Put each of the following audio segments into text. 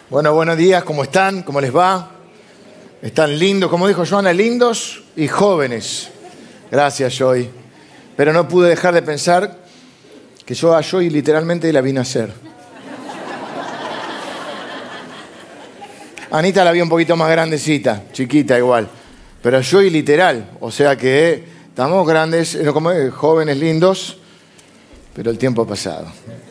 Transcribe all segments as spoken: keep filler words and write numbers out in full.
Bueno, buenos días, ¿cómo están? ¿Cómo les va? Están lindos, como dijo Joana, lindos y jóvenes. Gracias, Joy. Pero no pude dejar de pensar que yo a Joy literalmente la vi nacer. Anita la vi un poquito más grandecita, chiquita igual. Pero Joy literal, o sea que estamos grandes, como jóvenes lindos, pero el tiempo ha pasado.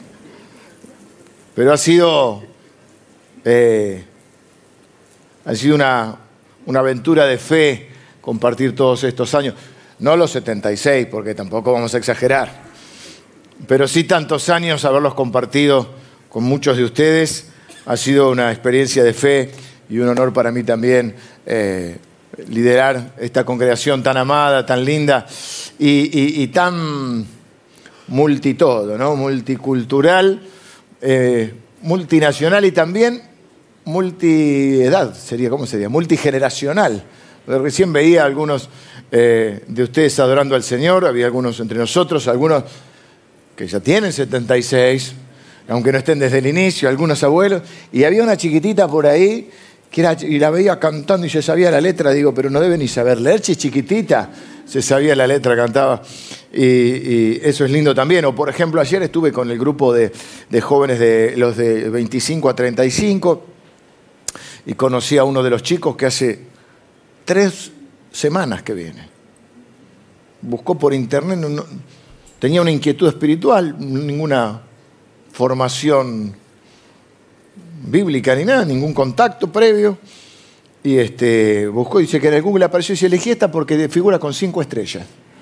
Pero ha sido... Eh, ha sido una, una aventura de fe compartir todos estos años. No los setenta y seis, porque tampoco vamos a exagerar. Pero sí tantos años haberlos compartido con muchos de ustedes. Ha sido una experiencia de fe y un honor para mí también eh, liderar esta congregación tan amada, tan linda y, y, y tan multitodo, ¿no? Multicultural, eh, multinacional y también multiedad, sería, ¿cómo sería? Multigeneracional. Recién veía a algunos eh, de ustedes adorando al Señor, había algunos entre nosotros, algunos que ya tienen setenta y seis, aunque no estén desde el inicio, algunos abuelos, y había una chiquitita por ahí que era, y la veía cantando y se sabía la letra, digo, pero no debe ni saber leer, si es chiquitita, se sabía la letra, cantaba, y, y eso es lindo también. O por ejemplo, ayer estuve con el grupo de, de jóvenes de los de veinticinco a treinta y cinco, y conocí a uno de los chicos que hace tres semanas que viene. Buscó por internet, no, no, tenía una inquietud espiritual, ninguna formación bíblica ni nada, ningún contacto previo. Y este, buscó y dice que en el Google apareció y se elegí esta porque figura con cinco estrellas.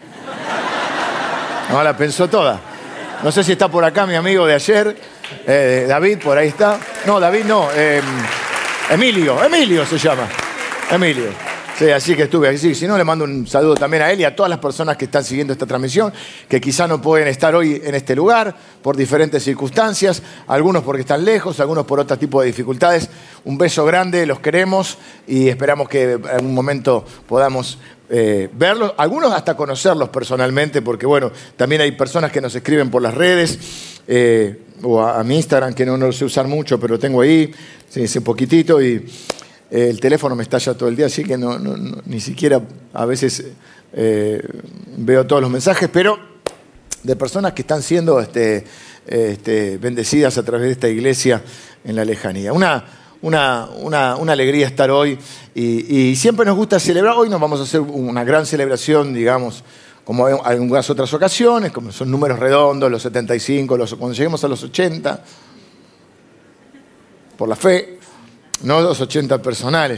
No, la pensó toda. No sé si está por acá mi amigo de ayer, eh, David, por ahí está. No, David no. Eh, Emilio, Emilio se llama, Emilio. Sí, así que estuve así. Si no, le mando un saludo también a él y a todas las personas que están siguiendo esta transmisión, que quizá no pueden estar hoy en este lugar por diferentes circunstancias, algunos porque están lejos, algunos por otro tipo de dificultades. Un beso grande, los queremos y esperamos que en algún momento podamos eh, verlos, algunos hasta conocerlos personalmente, porque bueno, también hay personas que nos escriben por las redes, eh, o a, a mi Instagram, que no, no lo sé usar mucho, pero lo tengo ahí, sí, ese poquitito, y eh, el teléfono me estalla todo el día, así que no, no, no, ni siquiera a veces eh, veo todos los mensajes, pero de personas que están siendo este, este, bendecidas a través de esta iglesia en la lejanía. Una, una, una, una alegría estar hoy y, y siempre nos gusta celebrar. Hoy nos vamos a hacer una gran celebración, digamos, como en algunas otras ocasiones, como son números redondos, los setenta y cinco, los, cuando lleguemos a los ochenta, por la fe, no los ochenta personales.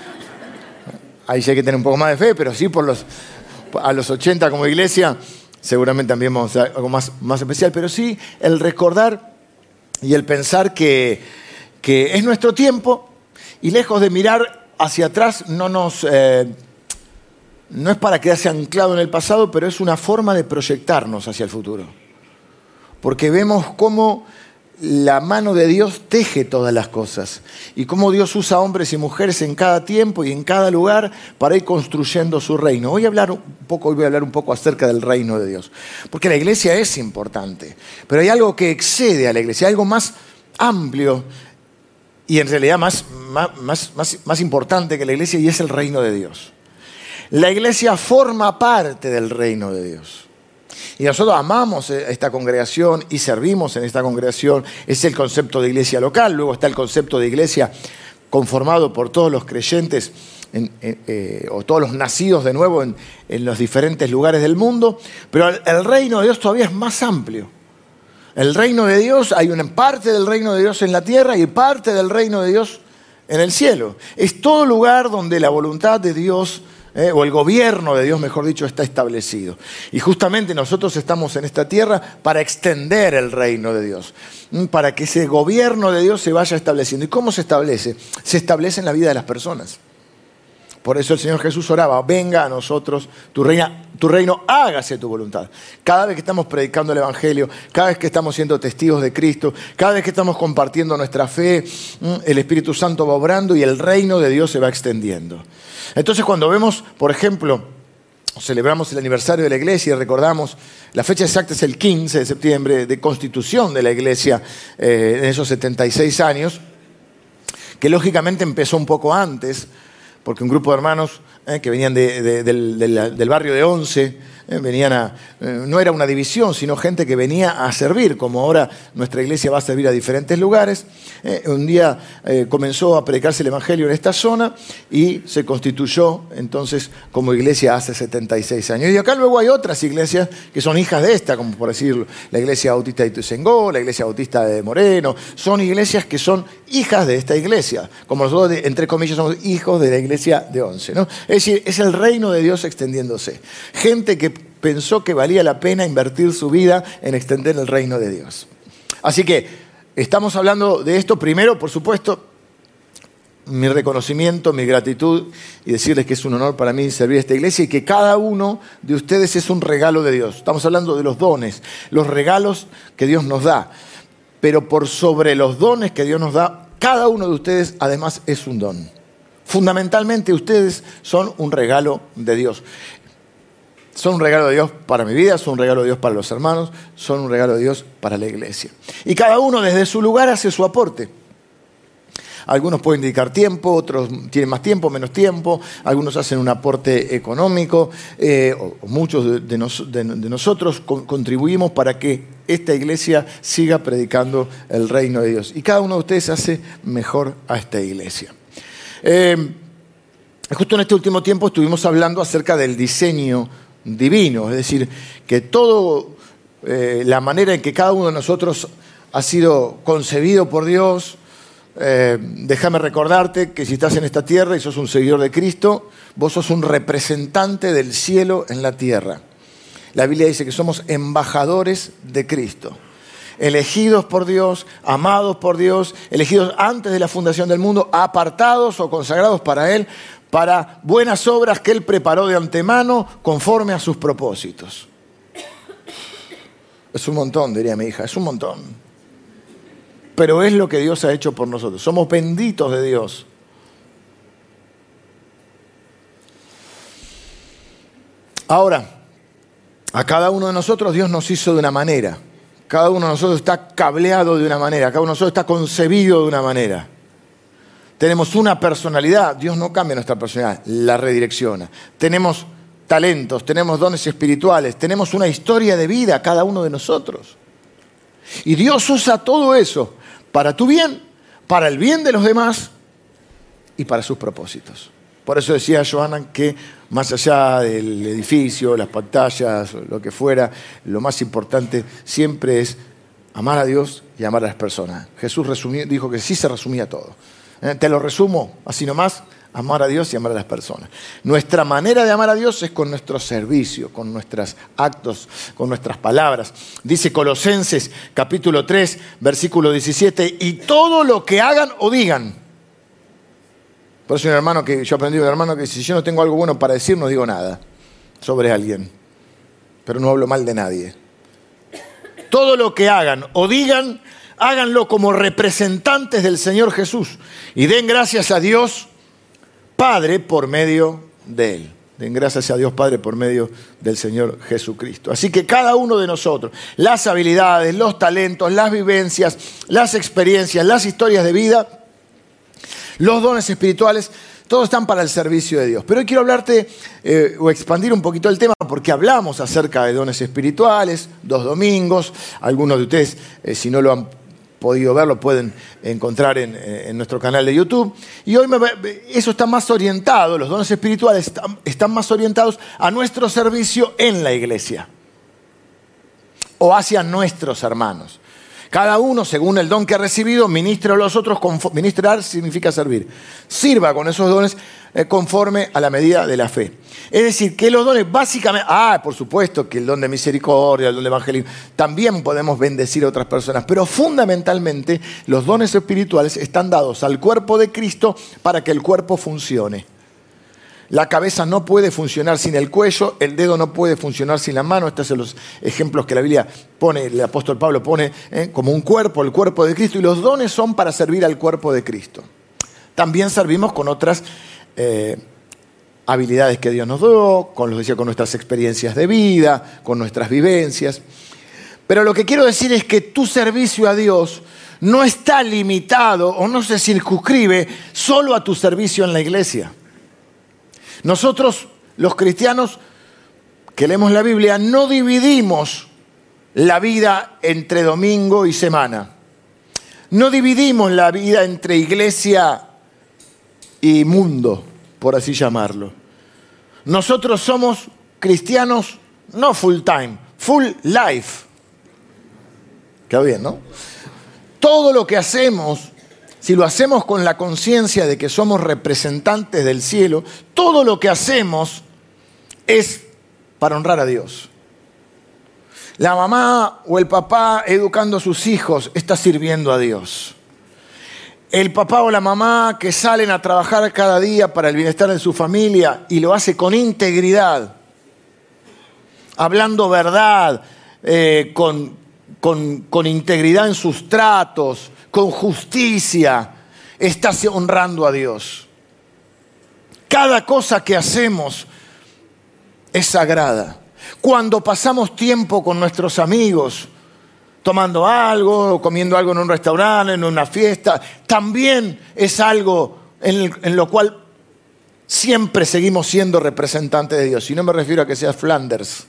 Ahí sí hay que tener un poco más de fe, pero sí por los, a los ochenta como iglesia, seguramente también vamos a hacer algo más, más especial, pero sí el recordar y el pensar que, que es nuestro tiempo y lejos de mirar hacia atrás no nos... Eh, No es para quedarse anclado en el pasado, pero es una forma de proyectarnos hacia el futuro. Porque vemos cómo la mano de Dios teje todas las cosas y cómo Dios usa hombres y mujeres en cada tiempo y en cada lugar para ir construyendo su reino. Hoy, hablar un poco, hoy voy a hablar un poco acerca del reino de Dios. Porque la iglesia es importante, pero hay algo que excede a la iglesia, algo más amplio y en realidad más, más, más, más, más importante que la iglesia, y es el reino de Dios. La iglesia forma parte del reino de Dios. Y nosotros amamos esta congregación y servimos en esta congregación. Es el concepto de iglesia local. Luego está el concepto de iglesia conformado por todos los creyentes en, en, eh, o todos los nacidos de nuevo en, en los diferentes lugares del mundo. Pero el, el reino de Dios todavía es más amplio. El reino de Dios, hay una parte del reino de Dios en la tierra y parte del reino de Dios en el cielo. Es todo lugar donde la voluntad de Dios Eh, o el gobierno de Dios, mejor dicho, está establecido. Y justamente nosotros estamos en esta tierra para extender el reino de Dios, para que ese gobierno de Dios se vaya estableciendo. ¿Y cómo se establece? Se establece en la vida de las personas. Por eso el Señor Jesús oraba: venga a nosotros tu reino, tu reino, hágase tu voluntad. Cada vez que estamos predicando el Evangelio, cada vez que estamos siendo testigos de Cristo, cada vez que estamos compartiendo nuestra fe, el Espíritu Santo va obrando y el reino de Dios se va extendiendo. Entonces, cuando vemos, por ejemplo, celebramos el aniversario de la iglesia y recordamos, la fecha exacta es el quince de septiembre, de constitución de la iglesia eh, en esos setenta y seis años, que lógicamente empezó un poco antes, porque un grupo de hermanos eh, que venían de, de, del, del, del barrio de Once, eh, venían a, eh, no era una división, sino gente que venía a servir, como ahora nuestra iglesia va a servir a diferentes lugares. Eh, un día eh, comenzó a predicarse el evangelio en esta zona y se constituyó entonces como iglesia hace setenta y seis años. Y acá luego hay otras iglesias que son hijas de esta, como por decir la iglesia bautista de Ituzaingó, la iglesia bautista de Moreno. Son iglesias que son hijas de esta iglesia, como nosotros, entre comillas, somos hijos de la iglesia de Once, ¿no? Es decir, es el reino de Dios extendiéndose. Gente que pensó que valía la pena invertir su vida en extender el reino de Dios. Así que estamos hablando de esto primero, por supuesto, mi reconocimiento, mi gratitud y decirles que es un honor para mí servir a esta iglesia y que cada uno de ustedes es un regalo de Dios. Estamos hablando de los dones, los regalos que Dios nos da. Pero por sobre los dones que Dios nos da, cada uno de ustedes además es un don. Fundamentalmente ustedes son un regalo de Dios. Son un regalo de Dios para mi vida, son un regalo de Dios para los hermanos, son un regalo de Dios para la iglesia. Y cada uno desde su lugar hace su aporte. Algunos pueden dedicar tiempo, otros tienen más tiempo, menos tiempo, algunos hacen un aporte económico, eh, o, o muchos de, de, nos, de, de nosotros con, contribuimos para que esta iglesia siga predicando el reino de Dios. Y cada uno de ustedes hace mejor a esta iglesia. Eh, justo en este último tiempo estuvimos hablando acerca del diseño divino, es decir, que todo eh, la manera en que cada uno de nosotros ha sido concebido por Dios. Eh, déjame recordarte que si estás en esta tierra y sos un seguidor de Cristo, vos sos un representante del cielo en la tierra. La Biblia dice que somos embajadores de Cristo, elegidos por Dios, amados por Dios, elegidos antes de la fundación del mundo, apartados o consagrados para Él, para buenas obras que Él preparó de antemano conforme a sus propósitos. Es un montón, diría mi hija, es un montón. Pero es lo que Dios ha hecho por nosotros. Somos benditos de Dios. Ahora, a cada uno de nosotros Dios nos hizo de una manera. Cada uno de nosotros está cableado de una manera. Cada uno de nosotros está concebido de una manera. Tenemos una personalidad. Dios no cambia nuestra personalidad, la redirecciona. Tenemos talentos, tenemos dones espirituales, tenemos una historia de vida cada uno de nosotros. Y Dios usa todo eso para tu bien, para el bien de los demás y para sus propósitos. Por eso decía Johanna que más allá del edificio, las pantallas, lo que fuera, lo más importante siempre es amar a Dios y amar a las personas. Jesús resumió, dijo que sí se resumía todo. ¿Eh? Te lo resumo así nomás. Amar a Dios y amar a las personas. Nuestra manera de amar a Dios es con nuestro servicio, con nuestros actos, con nuestras palabras. Dice Colosenses capítulo tres, versículo diecisiete, y todo lo que hagan o digan. Por eso un hermano que yo aprendí de un hermano que dice, si yo no tengo algo bueno para decir, no digo nada sobre alguien, pero no hablo mal de nadie. Todo lo que hagan o digan, háganlo como representantes del Señor Jesús y den gracias a Dios Padre por medio de Él. Den gracias a Dios Padre por medio del Señor Jesucristo. Así que cada uno de nosotros, las habilidades, los talentos, las vivencias, las experiencias, las historias de vida, los dones espirituales, todos están para el servicio de Dios. Pero hoy quiero hablarte eh, o expandir un poquito el tema porque hablamos acerca de dones espirituales, dos domingos. Algunos de ustedes, eh, si no lo han podido ver, lo pueden encontrar en, en nuestro canal de YouTube. Y hoy me, eso está más orientado, los dones espirituales están, están más orientados a nuestro servicio en la iglesia o hacia nuestros hermanos. Cada uno, según el don que ha recibido, ministra a los otros. Ministrar significa servir. Sirva con esos dones eh, conforme a la medida de la fe. Es decir, que los dones básicamente... Ah, por supuesto que el don de misericordia, el don de evangelismo, también podemos bendecir a otras personas. Pero fundamentalmente los dones espirituales están dados al cuerpo de Cristo para que el cuerpo funcione. La cabeza no puede funcionar sin el cuello, el dedo no puede funcionar sin la mano. Estos son los ejemplos que la Biblia pone, el apóstol Pablo pone ¿eh? como un cuerpo, el cuerpo de Cristo. Y los dones son para servir al cuerpo de Cristo. También servimos con otras eh, habilidades que Dios nos dio, con, los decía, con nuestras experiencias de vida, con nuestras vivencias. Pero lo que quiero decir es que tu servicio a Dios no está limitado o no se circunscribe solo a tu servicio en la iglesia. Nosotros, los cristianos que leemos la Biblia, no dividimos la vida entre domingo y semana. No dividimos la vida entre iglesia y mundo, por así llamarlo. Nosotros somos cristianos no full time, full life. Queda bien, ¿no? Todo lo que hacemos, si lo hacemos con la conciencia de que somos representantes del cielo, todo lo que hacemos es para honrar a Dios. La mamá o el papá educando a sus hijos está sirviendo a Dios. El papá o la mamá que salen a trabajar cada día para el bienestar de su familia y lo hace con integridad, hablando verdad, eh, con, con, con integridad en sus tratos, con justicia, está honrando a Dios. Cada cosa que hacemos es sagrada. Cuando pasamos tiempo con nuestros amigos, tomando algo, comiendo algo en un restaurante, en una fiesta, también es algo en, en lo cual siempre seguimos siendo representantes de Dios. Y no me refiero a que seas Flanders,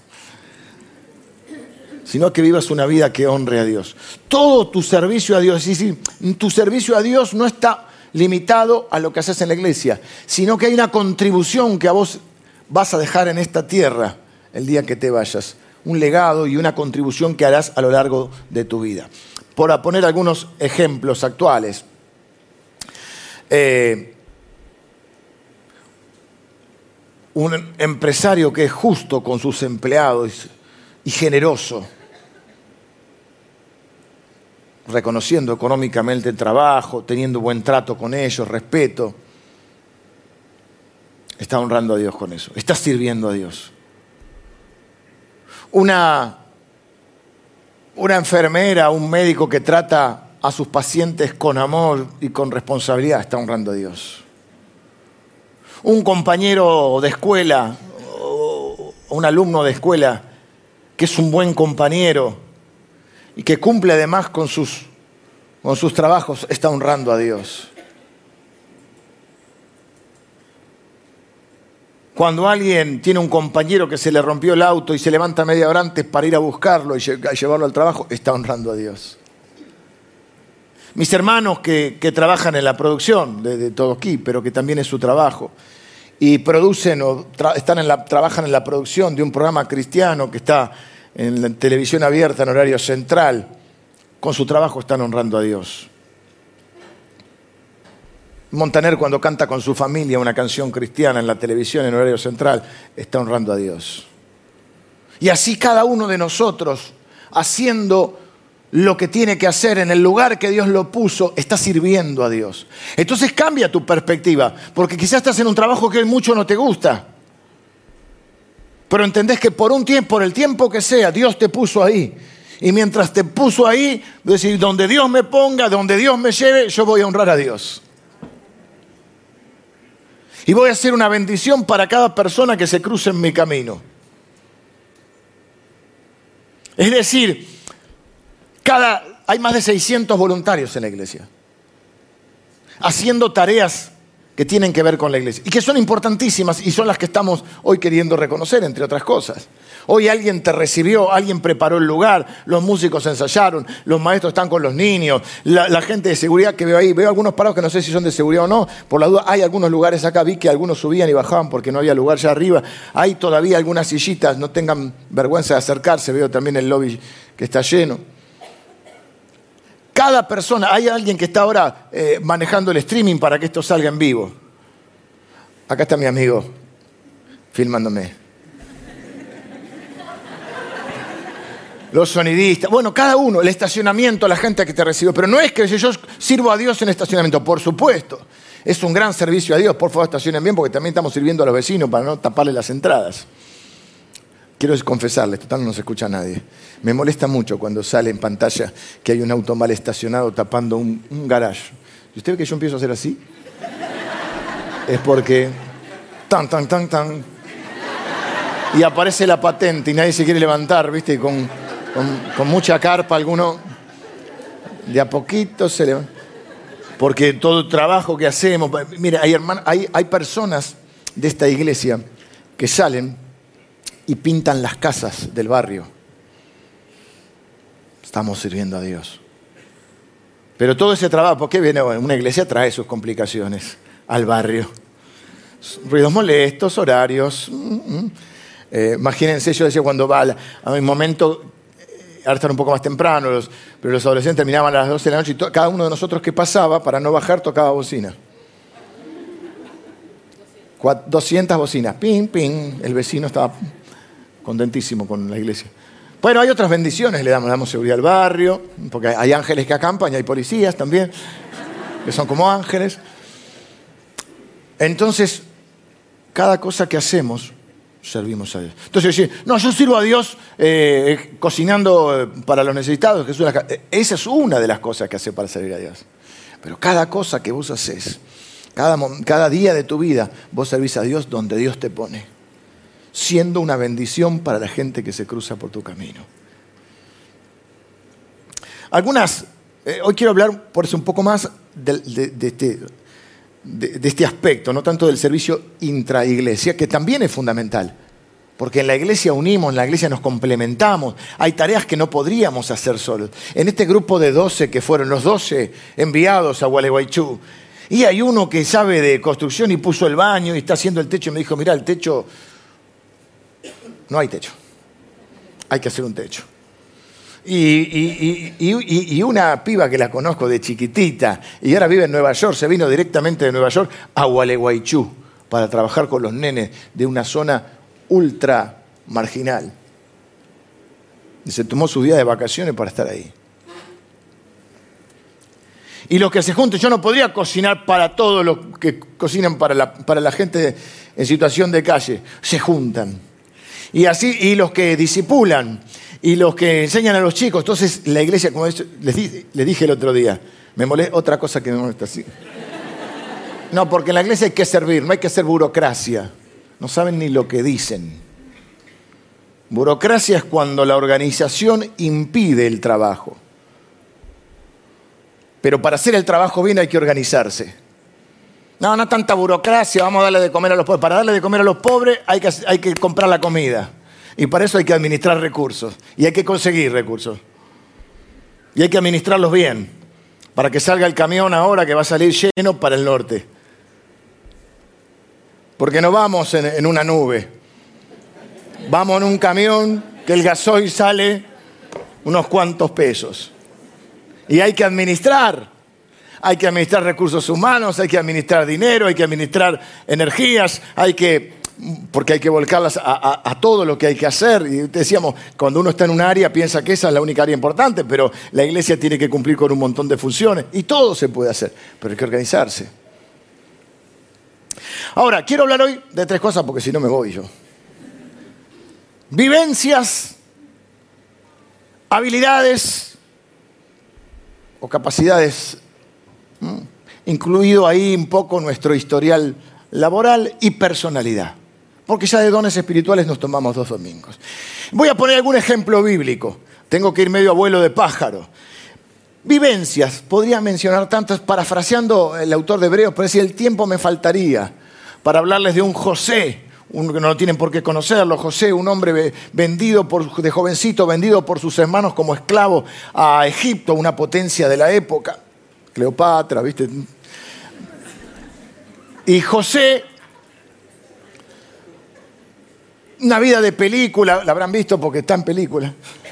sino que vivas una vida que honre a Dios. Todo tu servicio a Dios, y sí, tu servicio a Dios no está limitado a lo que haces en la iglesia, sino que hay una contribución que a vos vas a dejar en esta tierra el día que te vayas. Un legado y una contribución que harás a lo largo de tu vida. Por poner algunos ejemplos actuales. Eh, un empresario que es justo con sus empleados y generoso, reconociendo económicamente el trabajo, teniendo buen trato con ellos, respeto, está honrando a Dios con eso, está sirviendo a Dios. Una, una enfermera, un médico que trata a sus pacientes con amor y con responsabilidad, está honrando a Dios. Un compañero de escuela, o un alumno de escuela, que es un buen compañero y que cumple además con sus, con sus trabajos, está honrando a Dios. Cuando alguien tiene un compañero que se le rompió el auto y se levanta media hora antes para ir a buscarlo y llevarlo al trabajo, está honrando a Dios. Mis hermanos que, que trabajan en la producción de, de Todo Aquí, pero que también es su trabajo, y producen o tra- están en la, trabajan en la producción de un programa cristiano que está en la televisión abierta en horario central, con su trabajo están honrando a Dios. Montaner, cuando canta con su familia una canción cristiana en la televisión en horario central, está honrando a Dios. Y así cada uno de nosotros, haciendo lo que tiene que hacer en el lugar que Dios lo puso, está sirviendo a Dios. Entonces cambia tu perspectiva, porque quizás estás en un trabajo que mucho no te gusta, pero entendés que por un tiempo, por el tiempo que sea, Dios te puso ahí. Y mientras te puso ahí, decir, donde Dios me ponga, donde Dios me lleve, yo voy a honrar a Dios. Y voy a hacer una bendición para cada persona que se cruce en mi camino. Es decir, cada, hay más de seiscientos voluntarios en la iglesia, haciendo tareas que tienen que ver con la iglesia y que son importantísimas y son las que estamos hoy queriendo reconocer, entre otras cosas. Hoy alguien te recibió, alguien preparó el lugar, los músicos ensayaron, los maestros están con los niños, la, la gente de seguridad que veo ahí, veo algunos parados que no sé si son de seguridad o no, por la duda hay algunos lugares acá, vi que algunos subían y bajaban porque no había lugar ya arriba, hay todavía algunas sillitas, no tengan vergüenza de acercarse, veo también el lobby que está lleno. Cada persona, hay alguien que está ahora eh, manejando el streaming para que esto salga en vivo. Acá está mi amigo, filmándome. Los sonidistas, bueno, cada uno, el estacionamiento, la gente que te recibió. Pero no es que yo sirvo a Dios en estacionamiento, por supuesto. Es un gran servicio a Dios, por favor estacionen bien, porque también estamos sirviendo a los vecinos para no taparle las entradas. Quiero confesarles, total no se escucha a nadie. Me molesta mucho cuando sale en pantalla que hay un auto mal estacionado tapando un, un garage. ¿Y usted ve que yo empiezo a hacer así? Es porque... Tan, tan, tan, tan. Y aparece la patente y nadie se quiere levantar, ¿viste? Con, con, con mucha carpa alguno... De a poquito se levanta. Porque todo el trabajo que hacemos... Mira, hay, herman, hay, hay personas de esta iglesia que salen y pintan las casas del barrio. Estamos sirviendo a Dios. Pero todo ese trabajo, ¿por qué viene? Bueno, una iglesia trae sus complicaciones al barrio. Ruidos molestos, horarios. Eh, imagínense, yo decía cuando va a un momento... Ahora están un poco más temprano, los, pero los adolescentes terminaban a las doce de la noche y to, cada uno de nosotros que pasaba, para no bajar, tocaba bocina. doscientas bocinas. Ping, ping. El vecino estaba contentísimo con la iglesia. Bueno, hay otras bendiciones. Le damos, le damos seguridad al barrio, porque hay ángeles que acampan y hay policías también, que son como ángeles. Entonces, cada cosa que hacemos... servimos a Dios. Entonces, decir, no, yo sirvo a Dios eh, cocinando para los necesitados. Que es una, esa es una de las cosas que hace para servir a Dios. Pero cada cosa que vos haces, cada, cada día de tu vida, vos servís a Dios donde Dios te pone, siendo una bendición para la gente que se cruza por tu camino. Algunas, eh, hoy quiero hablar por eso un poco más de, de, de este... De, de este aspecto, no tanto del servicio intraiglesia, que también es fundamental, porque en la iglesia unimos, en la iglesia nos complementamos, hay tareas que no podríamos hacer solos. En este grupo de doce que fueron los doce enviados a Gualeguaychú, y hay uno que sabe de construcción y puso el baño y está haciendo el techo y me dijo, mira, el techo, no hay techo, hay que hacer un techo. Y, y, y, y, y una piba que la conozco de chiquitita y ahora vive en Nueva York, se vino directamente de Nueva York a Gualeguaychú para trabajar con los nenes de una zona ultra marginal. Y se tomó su día de vacaciones para estar ahí. Y los que se junten, yo no podría cocinar para todos los que cocinan para la, para la gente en situación de calle, se juntan. Y así, y los que disipulan, y los que enseñan a los chicos. Entonces la iglesia, como les dije, les dije el otro día, me molesta, otra cosa que me molesta así. No, porque en la iglesia hay que servir, no hay que hacer burocracia. No saben ni lo que dicen. Burocracia es cuando la organización impide el trabajo. Pero para hacer el trabajo bien hay que organizarse. No, no tanta burocracia, vamos a darle de comer a los pobres. Para darle de comer a los pobres hay que, hay que comprar la comida. Y para eso hay que administrar recursos. Y hay que conseguir recursos. Y hay que administrarlos bien. Para que salga el camión ahora que va a salir lleno para el norte. Porque no vamos en, en una nube. Vamos en un camión que el gasoil sale unos cuantos pesos. Y hay que administrar. Hay que administrar recursos humanos, hay que administrar dinero, hay que administrar energías, hay que... porque hay que volcarlas a, a, a todo lo que hay que hacer. Y decíamos, cuando uno está en un área piensa que esa es la única área importante, pero la iglesia tiene que cumplir con un montón de funciones y todo se puede hacer, pero hay que organizarse. Ahora, quiero hablar hoy de tres cosas porque si no me voy yo. Vivencias, habilidades o capacidades, ¿m? incluido ahí un poco nuestro historial laboral y personalidad. Porque ya de dones espirituales nos tomamos dos domingos. Voy a poner algún ejemplo bíblico. Tengo que ir medio abuelo de pájaro. Vivencias, podría mencionar tantas, parafraseando el autor de Hebreos, pero si el tiempo me faltaría para hablarles de un José, un, que no lo tienen por qué conocerlo. José, un hombre vendido por, de jovencito, vendido por sus hermanos como esclavo a Egipto, una potencia de la época. Cleopatra, ¿viste? Y José, una vida de película, la habrán visto porque está en película.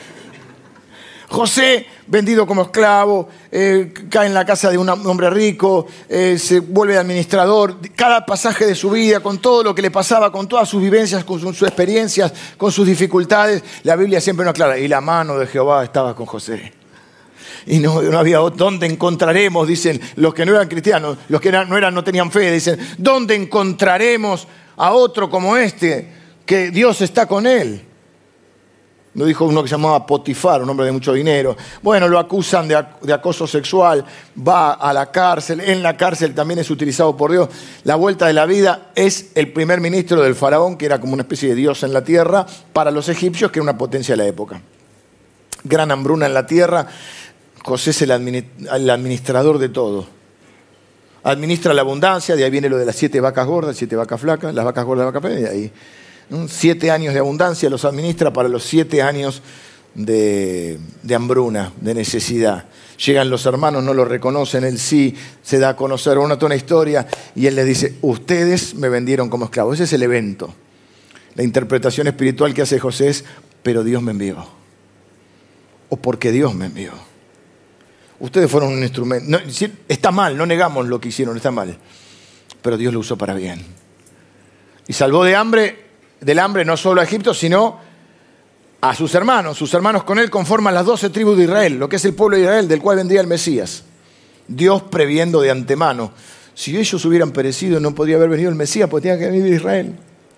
José, vendido como esclavo, eh, cae en la casa de un hombre rico, eh, se vuelve administrador. Cada pasaje de su vida, con todo lo que le pasaba, con todas sus vivencias, con sus experiencias, con sus dificultades, la Biblia siempre nos aclara. Y la mano de Jehová estaba con José. Y no, no había dónde encontraremos, dicen los que no eran cristianos, los que eran, no eran, no tenían fe, dicen, ¿dónde encontraremos a otro como este, que Dios está con él? Lo dijo uno que se llamaba Potifar, un hombre de mucho dinero. Bueno, lo acusan de, de acoso sexual, va a la cárcel, en la cárcel también es utilizado por Dios. La vuelta de la vida, es el primer ministro del faraón, que era como una especie de dios en la tierra, para los egipcios, que era una potencia de la época. Gran hambruna en la tierra, José es el, administ- el administrador de todo. Administra la abundancia, de ahí viene lo de las siete vacas gordas, siete vacas flacas, las vacas gordas, las vacas flacas, de ahí. ¿no? Siete años de abundancia los administra para los siete años de, de hambruna, de necesidad. Llegan los hermanos, no lo reconocen, él sí se da a conocer, una toda una historia, y él les dice, ustedes me vendieron como esclavo. Ese es el evento. La interpretación espiritual que hace José es, pero Dios me envió. O porque Dios me envió. Ustedes fueron un instrumento. No, está mal, no negamos lo que hicieron, está mal. Pero Dios lo usó para bien. Y salvó de hambre, del hambre no solo a Egipto, sino a sus hermanos. Sus hermanos con él conforman las doce tribus de Israel, lo que es el pueblo de Israel, del cual vendría el Mesías. Dios previendo de antemano. Si ellos hubieran perecido, no podría haber venido el Mesías, porque tenía que venir de Israel.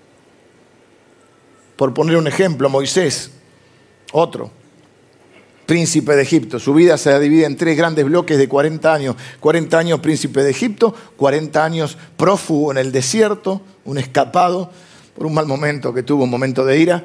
Por poner un ejemplo, Moisés, otro. Príncipe de Egipto. Su vida se divide en tres grandes bloques de cuarenta años. cuarenta años príncipe de Egipto, cuarenta años prófugo en el desierto, un escapado por un mal momento que tuvo, un momento de ira.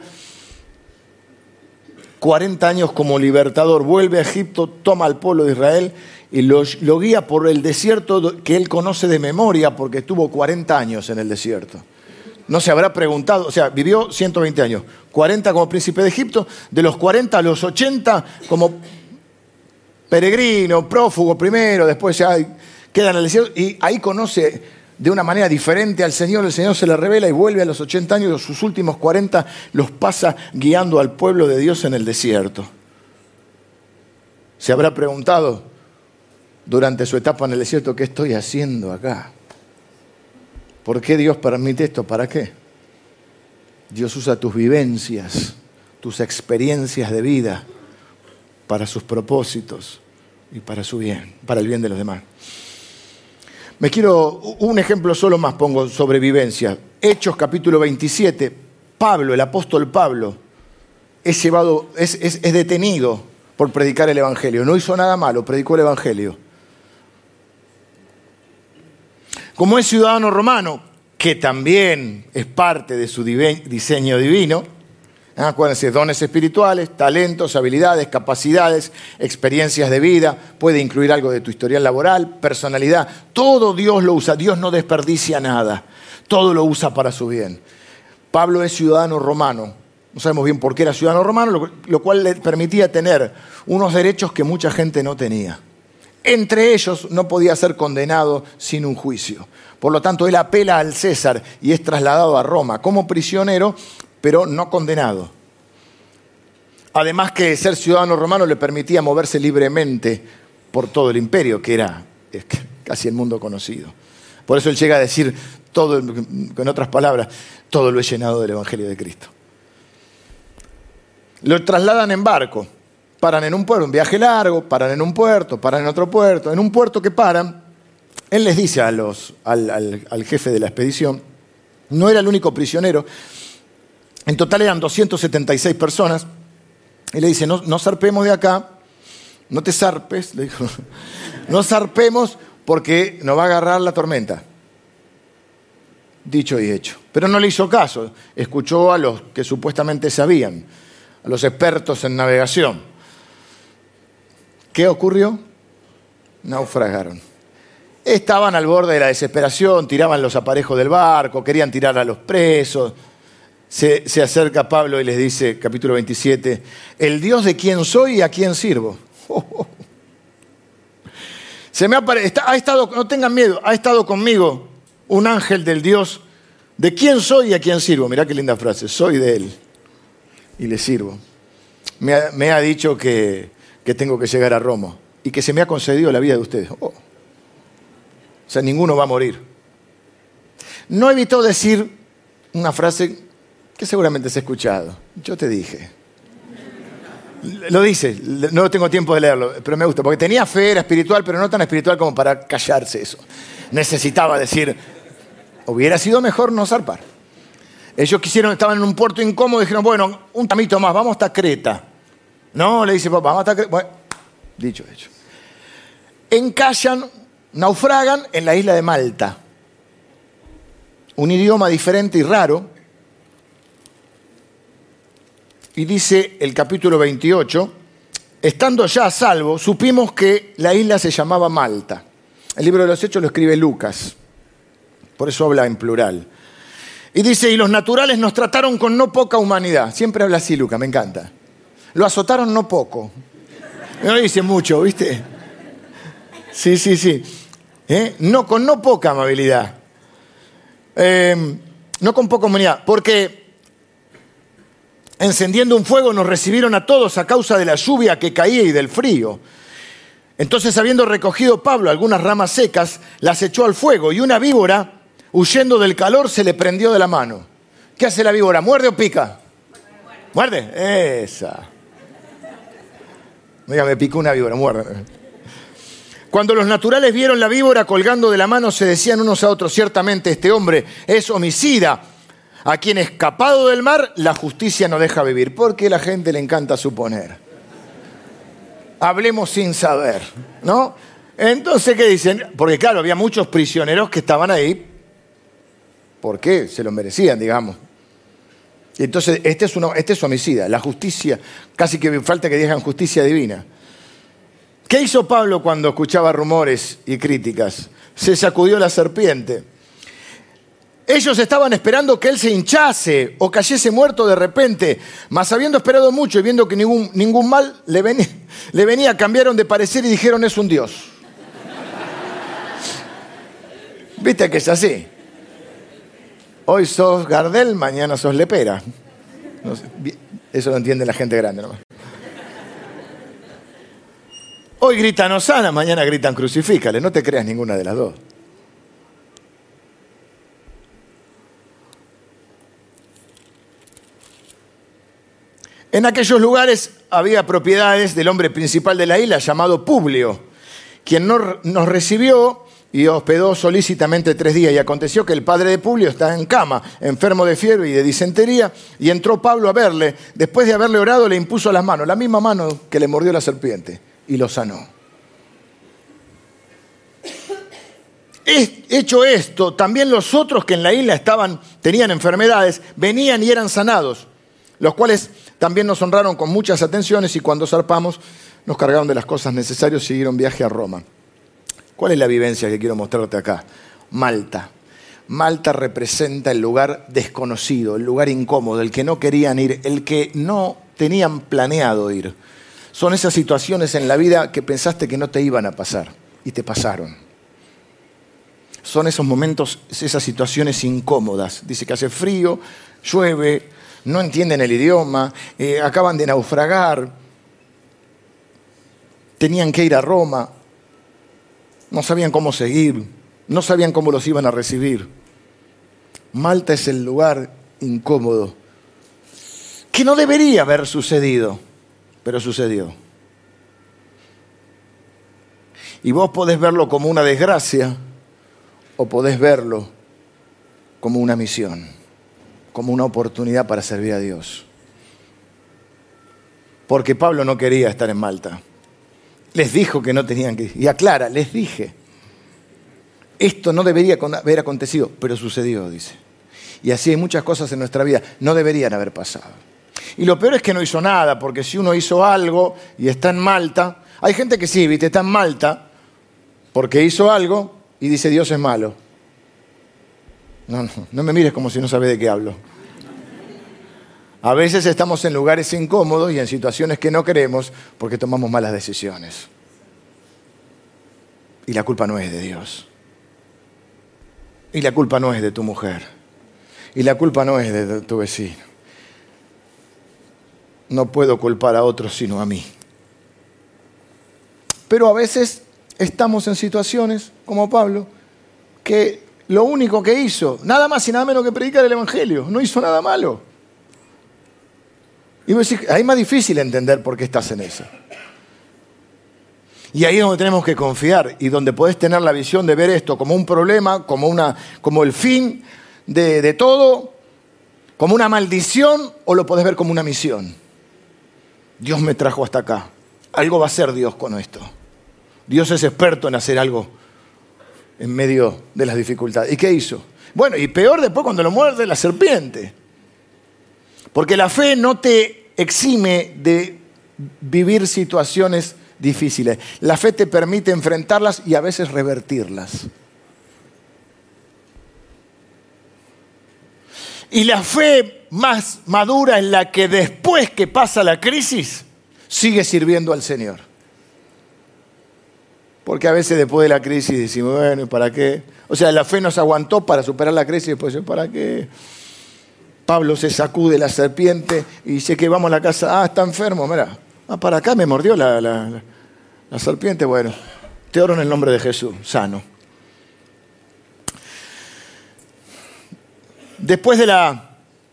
cuarenta años como libertador. Vuelve a Egipto, toma al pueblo de Israel y lo, lo guía por el desierto que él conoce de memoria porque estuvo cuarenta años en el desierto. No se habrá preguntado, o sea, vivió ciento veinte años, cuarenta como príncipe de Egipto, de los cuarenta a los ochenta como peregrino, prófugo primero, después ya queda en el desierto y ahí conoce de una manera diferente al Señor, el Señor se le revela y vuelve a los ochenta años, sus últimos cuarenta los pasa guiando al pueblo de Dios en el desierto. Se habrá preguntado durante su etapa en el desierto, ¿qué estoy haciendo acá? ¿Por qué Dios permite esto? ¿Para qué? Dios usa tus vivencias, tus experiencias de vida para sus propósitos y para su bien, para el bien de los demás. Me quiero, un ejemplo solo más pongo sobre vivencia. Hechos capítulo veintisiete, Pablo, el apóstol Pablo, es llevado, es, es, es detenido por predicar el Evangelio. No hizo nada malo, predicó el Evangelio. Como es ciudadano romano, que también es parte de su diseño divino, ¿eh? Acuérdense, dones espirituales, talentos, habilidades, capacidades, experiencias de vida, puede incluir algo de tu historial laboral, personalidad, todo Dios lo usa, Dios no desperdicia nada, todo lo usa para su bien. Pablo es ciudadano romano, no sabemos bien por qué era ciudadano romano, lo, lo cual le permitía tener unos derechos que mucha gente no tenía. Entre ellos no podía ser condenado sin un juicio. Por lo tanto, él apela al César y es trasladado a Roma como prisionero, pero no condenado. Además que ser ciudadano romano le permitía moverse libremente por todo el imperio, que era casi el mundo conocido. Por eso él llega a decir, todo, en otras palabras, todo lo he llenado del Evangelio de Cristo. Lo trasladan en barco. Paran en un puerto, un viaje largo, paran en un puerto, paran en otro puerto. En un puerto que paran, él les dice a los, al, al, al jefe de la expedición, no era el único prisionero, en total eran doscientas setenta y seis personas, y le dice, no, no zarpemos de acá, no te zarpes, le dijo, no zarpemos porque nos va a agarrar la tormenta. Dicho y hecho. Pero no le hizo caso, escuchó a los que supuestamente sabían, a los expertos en navegación. ¿Qué ocurrió? Naufragaron. Estaban al borde de la desesperación, tiraban los aparejos del barco, querían tirar a los presos. Se, se acerca Pablo y les dice, capítulo veintisiete, el Dios de quién soy y a quién sirvo. Oh, oh. Se me ha, está, ha estado, no tengan miedo, ha estado conmigo un ángel del Dios de quién soy y a quién sirvo. Mirá qué linda frase, soy de él y le sirvo. Me ha, me ha dicho que... que tengo que llegar a Roma y que se me ha concedido la vida de ustedes. Oh. O sea, ninguno va a morir. No evitó decir una frase que seguramente se ha escuchado. Yo te dije. Lo dice, no tengo tiempo de leerlo, pero me gusta, porque tenía fe, era espiritual, pero no tan espiritual como para callarse eso. Necesitaba decir, hubiera sido mejor no zarpar. Ellos quisieron, estaban en un puerto incómodo y dijeron, bueno, un tamito más, vamos hasta Creta. No, le dice papá, vamos hasta Creta. Bueno, dicho, hecho. Encallan, naufragan en la isla de Malta. Un idioma diferente y raro. Y dice el capítulo veintiocho, estando ya a salvo, supimos que la isla se llamaba Malta. El libro de los Hechos lo escribe Lucas, por eso habla en plural. Y dice, y los naturales nos trataron con no poca humanidad. Siempre habla así Lucas, me encanta. Lo azotaron no poco. No dice mucho, ¿viste? Sí, sí, sí. ¿Eh? No, con no poca amabilidad. Eh, no con poca humanidad. Porque encendiendo un fuego nos recibieron a todos a causa de la lluvia que caía y del frío. Entonces, habiendo recogido Pablo algunas ramas secas, las echó al fuego y una víbora, huyendo del calor, se le prendió de la mano. ¿Qué hace la víbora? ¿Muerde o pica? ¿Muerde? Esa. Mira, me picó una víbora, muerde. Cuando los naturales vieron la víbora colgando de la mano, se decían unos a otros, ciertamente este hombre es homicida, a quien escapado del mar la justicia no deja vivir. Porque a la gente le encanta suponer. Hablemos sin saber, ¿no? Entonces, ¿qué dicen? Porque claro, había muchos prisioneros que estaban ahí porque se lo merecían, digamos. Y entonces, este es, uno, este es homicida, la justicia, casi que falta que digan justicia divina. ¿Qué hizo Pablo cuando escuchaba rumores y críticas? Se sacudió la serpiente. Ellos estaban esperando que él se hinchase o cayese muerto de repente, mas habiendo esperado mucho y viendo que ningún, ningún mal le venía, le venía, cambiaron de parecer y dijeron, es un dios. ¿Viste que es así? Hoy sos Gardel, mañana sos Lepera. No sé, eso lo entiende la gente grande nomás. Hoy gritan Osana, mañana gritan crucifícale. No te creas ninguna de las dos. En aquellos lugares había propiedades del hombre principal de la isla, llamado Publio, quien nos recibió y hospedó solícitamente tres días. Y aconteció que el padre de Publio estaba en cama, enfermo de fiebre y de disentería, y entró Pablo a verle. Después de haberle orado, le impuso las manos, la misma mano que le mordió la serpiente, y lo sanó. Hecho esto, también los otros que en la isla estaban, tenían enfermedades, venían y eran sanados, los cuales también nos honraron con muchas atenciones y cuando zarpamos nos cargaron de las cosas necesarias y siguieron viaje a Roma. ¿Cuál es la vivencia que quiero mostrarte acá? Malta. Malta representa el lugar desconocido, el lugar incómodo, el que no querían ir, el que no tenían planeado ir. Son esas situaciones en la vida que pensaste que no te iban a pasar y te pasaron. Son esos momentos, esas situaciones incómodas. Dice que hace frío, llueve, no entienden el idioma, eh, acaban de naufragar, tenían que ir a Roma, no sabían cómo seguir, no sabían cómo los iban a recibir. Malta es el lugar incómodo, que no debería haber sucedido, pero sucedió. Y vos podés verlo como una desgracia o podés verlo como una misión, como una oportunidad para servir a Dios. Porque Pablo no quería estar en Malta. Les dijo que no tenían que ir. Y aclara, les dije, esto no debería haber acontecido, pero sucedió, dice. Y así hay muchas cosas en nuestra vida, no deberían haber pasado. Y lo peor es que no hizo nada, porque si uno hizo algo y está en Malta, hay gente que sí, viste, está en Malta porque hizo algo y dice Dios es malo. No, no, no me mires como si no sabes de qué hablo. A veces estamos en lugares incómodos y en situaciones que no queremos porque tomamos malas decisiones. Y la culpa no es de Dios. Y la culpa no es de tu mujer. Y la culpa no es de tu vecino. No puedo culpar a otros sino a mí. Pero a veces estamos en situaciones, como Pablo, que lo único que hizo, nada más y nada menos que predicar el Evangelio, no hizo nada malo. Y vos decís, ahí es más difícil entender por qué estás en eso. Y ahí es donde tenemos que confiar y donde podés tener la visión de ver esto como un problema, como, una, como el fin de, de todo, como una maldición, o lo podés ver como una misión. Dios me trajo hasta acá. Algo va a hacer Dios con esto. Dios es experto en hacer algo en medio de las dificultades. ¿Y qué hizo? Bueno, y peor después cuando lo muerde la serpiente. Porque la fe no te exime de vivir situaciones difíciles. La fe te permite enfrentarlas y a veces revertirlas. Y la fe más madura es la que después que pasa la crisis, sigue sirviendo al Señor. Porque a veces después de la crisis decimos, bueno, ¿y para qué? O sea, la fe nos aguantó para superar la crisis y después, ¿para qué? Pablo se sacude la serpiente y dice que vamos a la casa. Ah, está enfermo, mira. Ah, para acá me mordió la, la, la, la serpiente. Bueno, te oro en el nombre de Jesús, sano. Después de la...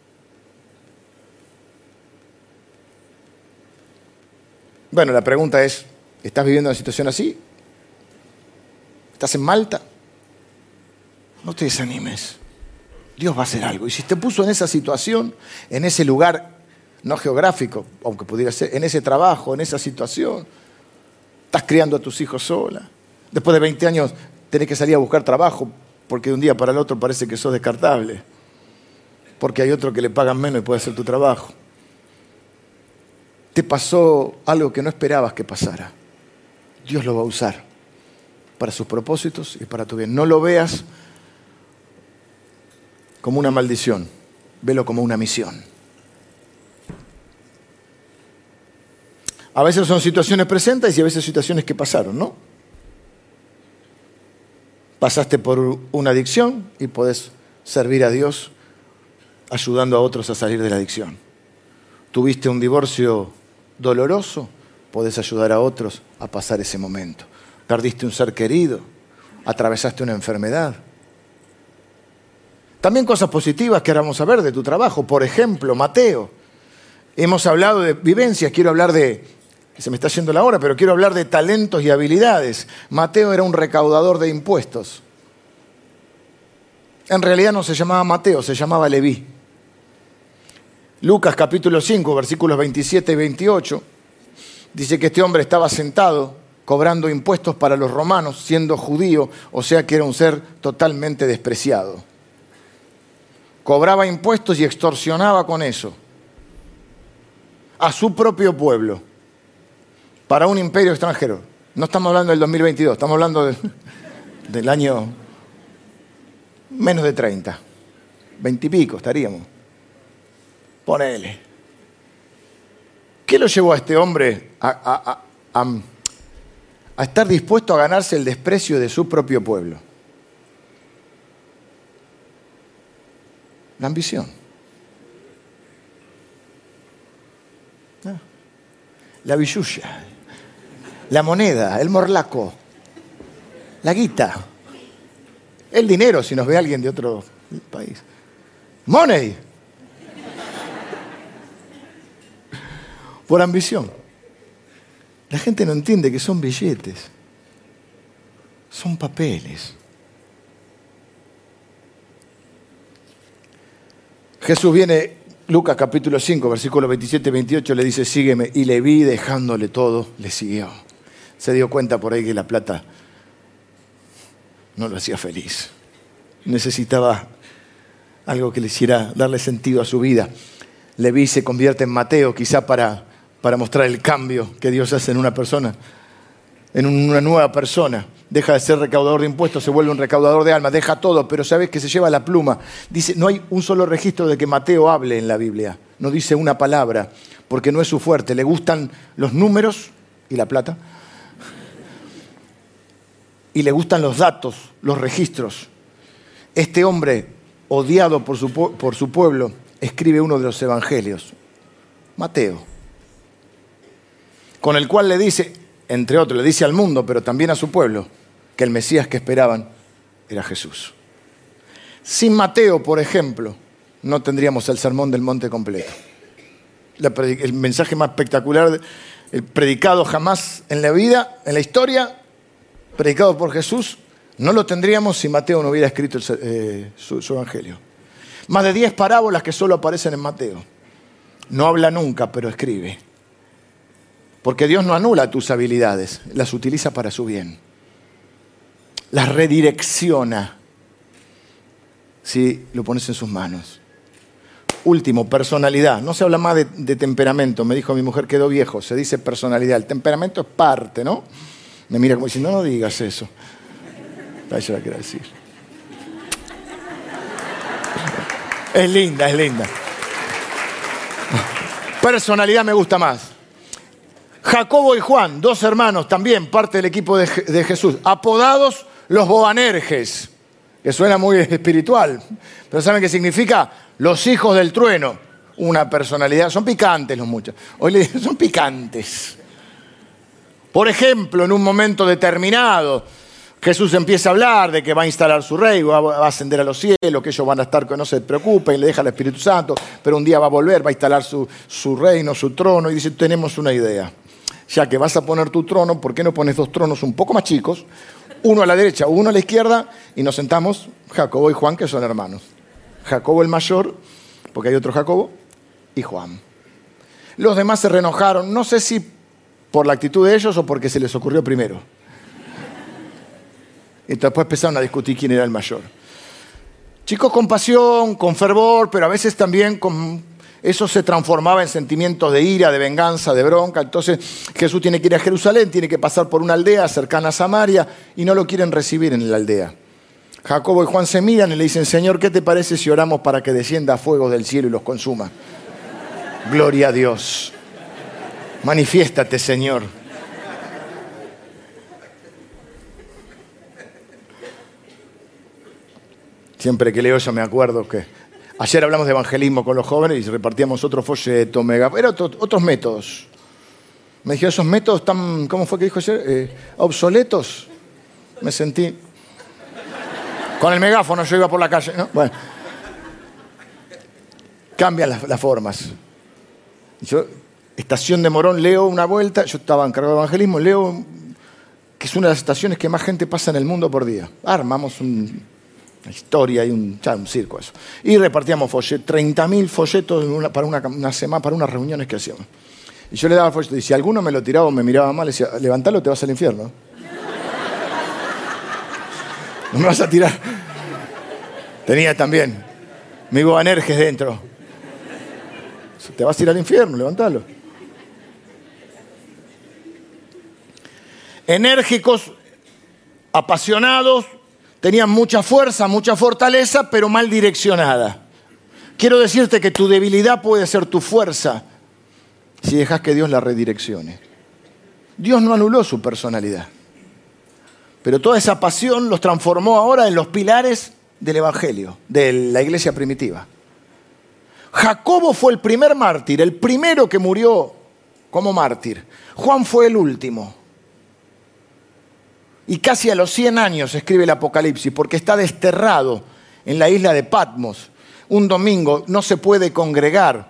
Bueno, la pregunta es, ¿estás viviendo una situación así? ¿Estás en Malta? No te desanimes. Dios va a hacer algo. Y si te puso en esa situación, en ese lugar, no geográfico, aunque pudiera ser, en ese trabajo, en esa situación, estás criando a tus hijos sola. Después de veinte años tenés que salir a buscar trabajo porque de un día para el otro parece que sos descartable. Porque hay otro que le pagan menos y puede hacer tu trabajo. Te pasó algo que no esperabas que pasara. Dios lo va a usar para sus propósitos y para tu bien. No lo veas como una maldición, velo como una misión. A veces son situaciones presentes y a veces situaciones que pasaron, ¿no? Pasaste por una adicción y podés servir a Dios ayudando a otros a salir de la adicción. Tuviste un divorcio doloroso, podés ayudar a otros a pasar ese momento. Perdiste un ser querido, atravesaste una enfermedad. También cosas positivas que ahora vamos a ver de tu trabajo. Por ejemplo, Mateo. Hemos hablado de vivencias, quiero hablar de... Se me está yendo la hora, pero quiero hablar de talentos y habilidades. Mateo era un recaudador de impuestos. En realidad no se llamaba Mateo, se llamaba Leví. Lucas capítulo cinco, versículos veintisiete y veintiocho, dice que este hombre estaba sentado cobrando impuestos para los romanos, siendo judío, o sea que era un ser totalmente despreciado. Cobraba impuestos y extorsionaba con eso a su propio pueblo para un imperio extranjero. No estamos hablando del dos mil veintidós, estamos hablando de, del año menos de treinta, veinte y pico estaríamos. Ponele. ¿Qué lo llevó a este hombre a, a, a, a, a estar dispuesto a ganarse el desprecio de su propio pueblo? La ambición. La billulla. La moneda, el morlaco. La guita. El dinero, si nos ve alguien de otro país. Money. Por ambición. La gente no entiende que son billetes. Son papeles. Jesús viene, Lucas capítulo cinco, versículos veintisiete y veintiocho, le dice, sígueme. Y le vi dejándole todo, le siguió. Se dio cuenta por ahí que la plata no lo hacía feliz. Necesitaba algo que le hiciera darle sentido a su vida. Leví se convierte en Mateo, quizá para, para mostrar el cambio que Dios hace en una persona, en una nueva persona. Deja de ser recaudador de impuestos, se vuelve un recaudador de almas, deja todo, pero sabes que se lleva la pluma. Dice, no hay un solo registro de que Mateo hable en la Biblia. No dice una palabra, porque no es su fuerte. Le gustan los números y la plata. Y le gustan los datos, los registros. Este hombre, odiado por su, por su pueblo, escribe uno de los evangelios, Mateo, con el cual le dice, entre otros, le dice al mundo, pero también a su pueblo, que el Mesías que esperaban era Jesús. Sin Mateo, por ejemplo, no tendríamos el Sermón del Monte completo. La, el mensaje más espectacular, el predicado jamás en la vida, en la historia, predicado por Jesús, no lo tendríamos si Mateo no hubiera escrito el, eh, su, su evangelio. Más de diez parábolas que solo aparecen en Mateo. No habla nunca, pero escribe. Porque Dios no anula tus habilidades, las utiliza para su bien. Las redirecciona si lo pones en sus manos. Último, personalidad. No se habla más de, de temperamento. Me dijo mi mujer, quedó viejo. Se dice personalidad. El temperamento es parte, ¿no? Me mira como diciendo, no, no digas eso. Eso la quiero decir. Es linda, es linda. Personalidad me gusta más. Jacobo y Juan, dos hermanos, también parte del equipo de, de Jesús. Apodados los Boanerges, que suena muy espiritual. Pero ¿saben qué significa? Los hijos del trueno. Una personalidad. Son picantes los muchachos. Hoy le dicen, son picantes. Por ejemplo, en un momento determinado, Jesús empieza a hablar de que va a instalar su reino, va a ascender a los cielos, que ellos van a estar, que no se preocupen, le deja al Espíritu Santo, pero un día va a volver, va a instalar su, su reino, su trono, y dice, tenemos una idea. Ya que vas a poner tu trono, ¿por qué no pones dos tronos un poco más chicos? Uno a la derecha, uno a la izquierda, y nos sentamos Jacobo y Juan, que son hermanos. Jacobo el mayor, porque hay otro Jacobo, y Juan. Los demás se reenojaron, no sé si por la actitud de ellos o porque se les ocurrió primero. Y después empezaron a discutir quién era el mayor. Chicos con pasión, con fervor, pero a veces también con... eso se transformaba en sentimientos de ira, de venganza, de bronca. Entonces Jesús tiene que ir a Jerusalén, tiene que pasar por una aldea cercana a Samaria y no lo quieren recibir en la aldea. Jacobo y Juan se miran y le dicen, Señor, ¿qué te parece si oramos para que descienda fuego del cielo y los consuma? Gloria a Dios. Manifiéstate, Señor. Siempre que leo eso me acuerdo que ayer hablamos de evangelismo con los jóvenes y repartíamos otro folleto, mega... Eran otro, otros métodos. Me dijeron, esos métodos tan, ¿cómo fue que dijo ayer? Eh, obsoletos. Me sentí... Con el megáfono yo iba por la calle, ¿no? Bueno. Cambian las, las formas. Yo, estación de Morón, leo una vuelta, yo estaba encargado de evangelismo, leo que es una de las estaciones que más gente pasa en el mundo por día. Armamos un... una historia y un, ya, un circo eso. Y repartíamos folletos, treinta mil folletos una, para una, una semana, para unas reuniones que hacíamos. Y yo le daba folletos y si alguno me lo tiraba o me miraba mal, le decía, levantalo, te vas al infierno. No me vas a tirar. Tenía también mi Boanerges dentro. Te vas a ir al infierno, levantalo. Enérgicos, apasionados, tenían mucha fuerza, mucha fortaleza, pero mal direccionada. Quiero decirte que tu debilidad puede ser tu fuerza si dejas que Dios la redireccione. Dios no anuló su personalidad, pero toda esa pasión los transformó ahora en los pilares del Evangelio, de la iglesia primitiva. Jacobo fue el primer mártir, el primero que murió como mártir. Juan fue el último. Y casi a los cien años escribe el Apocalipsis, porque está desterrado en la isla de Patmos. Un domingo no se puede congregar.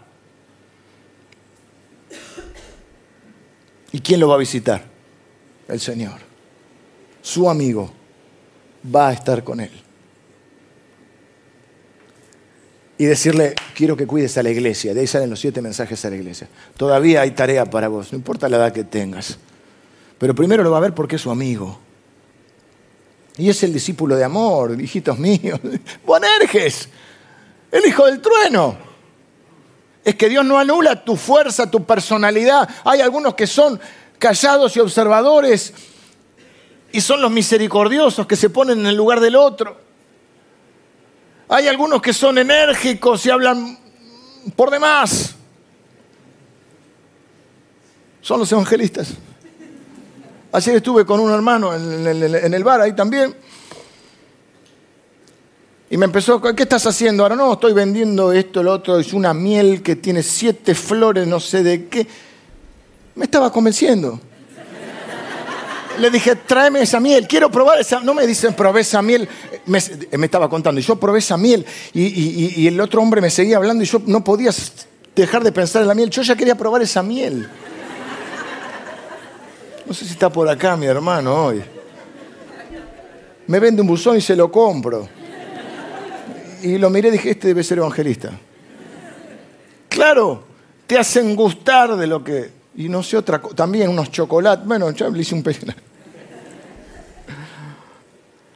¿Y quién lo va a visitar? El Señor. Su amigo va a estar con él. Y decirle, quiero que cuides a la iglesia. De ahí salen los siete mensajes a la iglesia. Todavía hay tarea para vos, no importa la edad que tengas. Pero primero lo va a ver porque es su amigo. Y es el discípulo de amor, hijitos míos. Boanerges, el hijo del trueno. Es que Dios no anula tu fuerza, tu personalidad. Hay algunos que son callados y observadores y son los misericordiosos que se ponen en el lugar del otro. Hay algunos que son enérgicos y hablan por demás. Son los evangelistas. Ayer estuve con un hermano en el, en el bar ahí también. Y me empezó, ¿qué estás haciendo ahora? No, estoy vendiendo esto, lo otro. Es una miel que tiene siete flores, no sé de qué. Me estaba convenciendo. Le dije, tráeme esa miel, quiero probar esa... No me dicen, probé esa miel. Me, me estaba contando, y yo probé esa miel. Y, y, y el otro hombre me seguía hablando y yo no podía dejar de pensar en la miel. Yo ya quería probar esa miel. No sé si está por acá mi hermano hoy. Me vende un buzón y se lo compro. Y lo miré y dije, este debe ser evangelista. Claro, te hacen gustar de lo que... Y no sé otra cosa, también unos chocolates. Bueno, ya le hice un pez.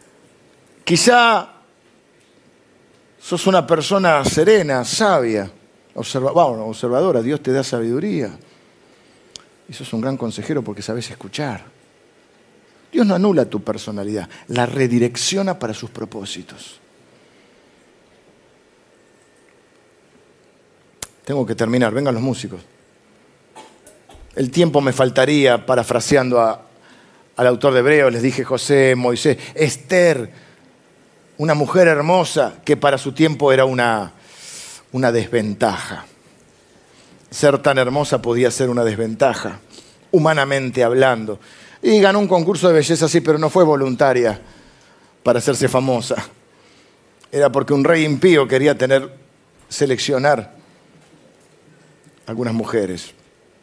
Quizá sos una persona serena, sabia, Observa, bueno, observadora, Dios te da sabiduría. Y sos un gran consejero porque sabes escuchar. Dios no anula tu personalidad, la redirecciona para sus propósitos. Tengo que terminar, vengan los músicos. El tiempo me faltaría, parafraseando a, al autor de Hebreos, les dije José, Moisés, Esther, una mujer hermosa que para su tiempo era una, una desventaja. Ser tan hermosa podía ser una desventaja, humanamente hablando. Y ganó un concurso de belleza, sí, pero no fue voluntaria para hacerse famosa. Era porque un rey impío quería tener, seleccionar algunas mujeres.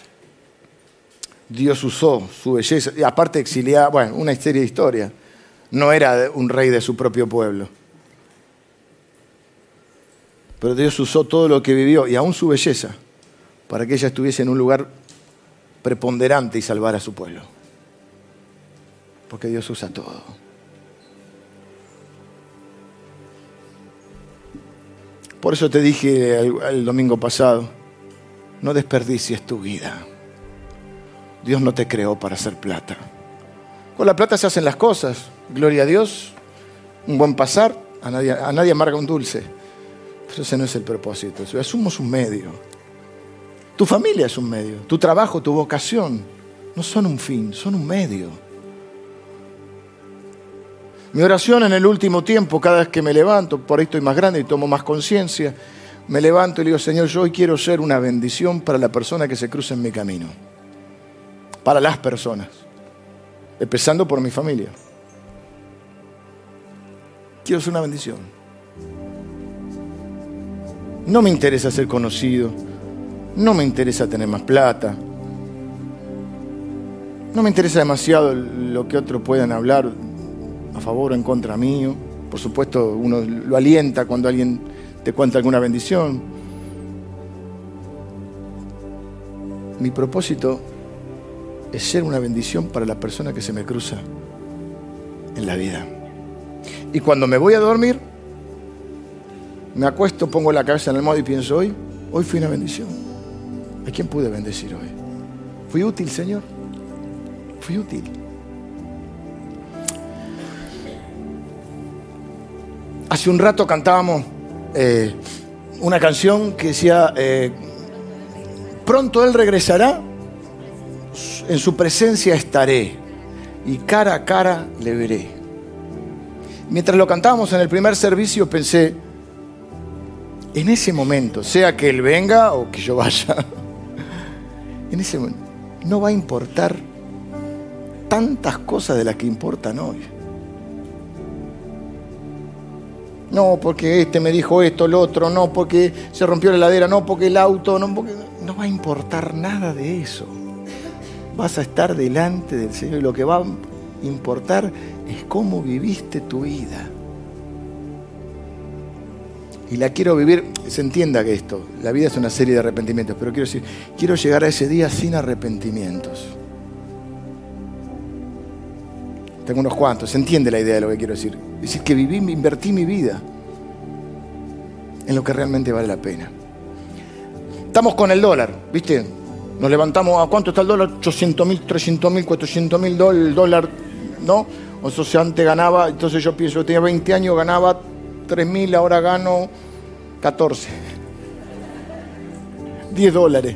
Dios usó su belleza, y aparte exiliada, bueno, una serie de historias. No era un rey de su propio pueblo. Pero Dios usó todo lo que vivió, y aún su belleza, para que ella estuviese en un lugar preponderante y salvara a su pueblo. Porque Dios usa todo. Por eso te dije el, el domingo pasado, no desperdicies tu vida. Dios no te creó para hacer plata. Con la plata se hacen las cosas. Gloria a Dios, un buen pasar, a nadie, a nadie amarga un dulce. Pero ese no es el propósito. Somos un medio. Tu familia es un medio. Tu trabajo, tu vocación, no son un fin, son un medio. Mi oración en el último tiempo, cada vez que me levanto, por ahí estoy más grande y tomo más conciencia, me levanto y le digo, Señor, yo hoy quiero ser una bendición para la persona que se cruza en mi camino. Para las personas. Empezando por mi familia. Quiero ser una bendición. No me interesa ser conocido. No me interesa tener más plata. No me interesa demasiado lo que otros puedan hablar a favor o en contra mío. Por supuesto, uno lo alienta cuando alguien te cuenta alguna bendición. Mi propósito es ser una bendición para la persona que se me cruza en la vida. Y cuando me voy a dormir, me acuesto, pongo la cabeza en el almohada y pienso, hoy, hoy fui una bendición. ¿A quién pude bendecir hoy? ¿Fui útil, Señor? Fui útil. Hace un rato cantábamos eh, una canción que decía, eh, pronto Él regresará, en su presencia estaré y cara a cara le veré. Mientras lo cantábamos en el primer servicio pensé, en ese momento, sea que Él venga o que yo vaya, en ese momento no va a importar tantas cosas de las que importan hoy. No, porque este me dijo esto, el otro, no, porque se rompió la heladera, no, porque el auto, no, porque... no va a importar nada de eso. Vas a estar delante del Señor y lo que va a importar es cómo viviste tu vida. Y la quiero vivir, se entienda que esto, la vida es una serie de arrepentimientos, pero quiero decir, quiero llegar a ese día sin arrepentimientos. Tengo unos cuantos, se entiende la idea de lo que quiero decir. Es decir, que viví, invertí mi vida en lo que realmente vale la pena. Estamos con el dólar, ¿viste? Nos levantamos, ¿a cuánto está el dólar? ochocientos mil, trescientos mil, cuatrocientos mil dólares, ¿no? O sea, antes ganaba, entonces yo pienso, yo tenía veinte años, ganaba tres mil, ahora gano catorce. diez dólares.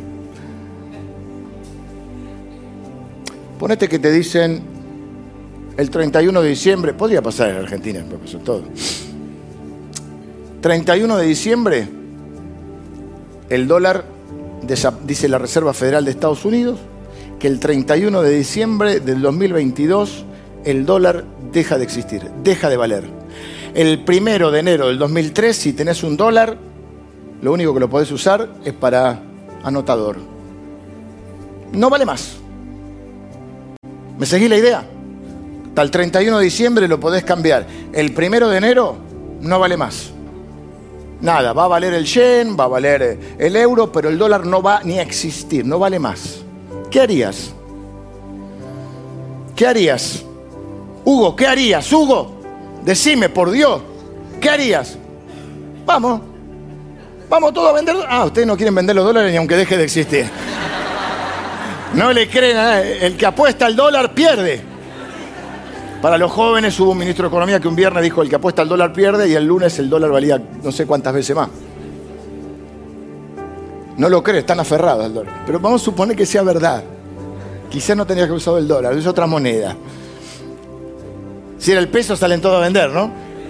Ponete que te dicen el treinta y uno de diciembre, podría pasar en Argentina, pero pasó todo. treinta y uno de diciembre, el dólar, dice la Reserva Federal de Estados Unidos, que el treinta y uno de diciembre del dos mil veintidós el dólar deja de existir, deja de valer. El primero de enero del dos mil tres, si tenés un dólar, lo único que lo podés usar es para anotador. No vale más. ¿Me seguís la idea? Hasta el treinta y uno de diciembre lo podés cambiar. El primero de enero no vale más. Nada, va a valer el yen, va a valer el euro, pero el dólar no va ni a existir, no vale más. ¿Qué harías? ¿Qué harías? Hugo, ¿qué harías? Hugo, decime, por Dios, ¿qué harías? Vamos, Vamos todos a vender. Ah, ustedes no quieren vender los dólares ni aunque deje de existir. No le creen a nadie. El que apuesta al dólar pierde. Para los jóvenes hubo un ministro de Economía que un viernes dijo: el que apuesta al dólar pierde, y el lunes el dólar valía no sé cuántas veces más. No lo creen, están aferrados al dólar. Pero vamos a suponer que sea verdad. Quizás no tenía que usar el dólar, es otra moneda. Si era el peso, salen todos a vender, ¿no?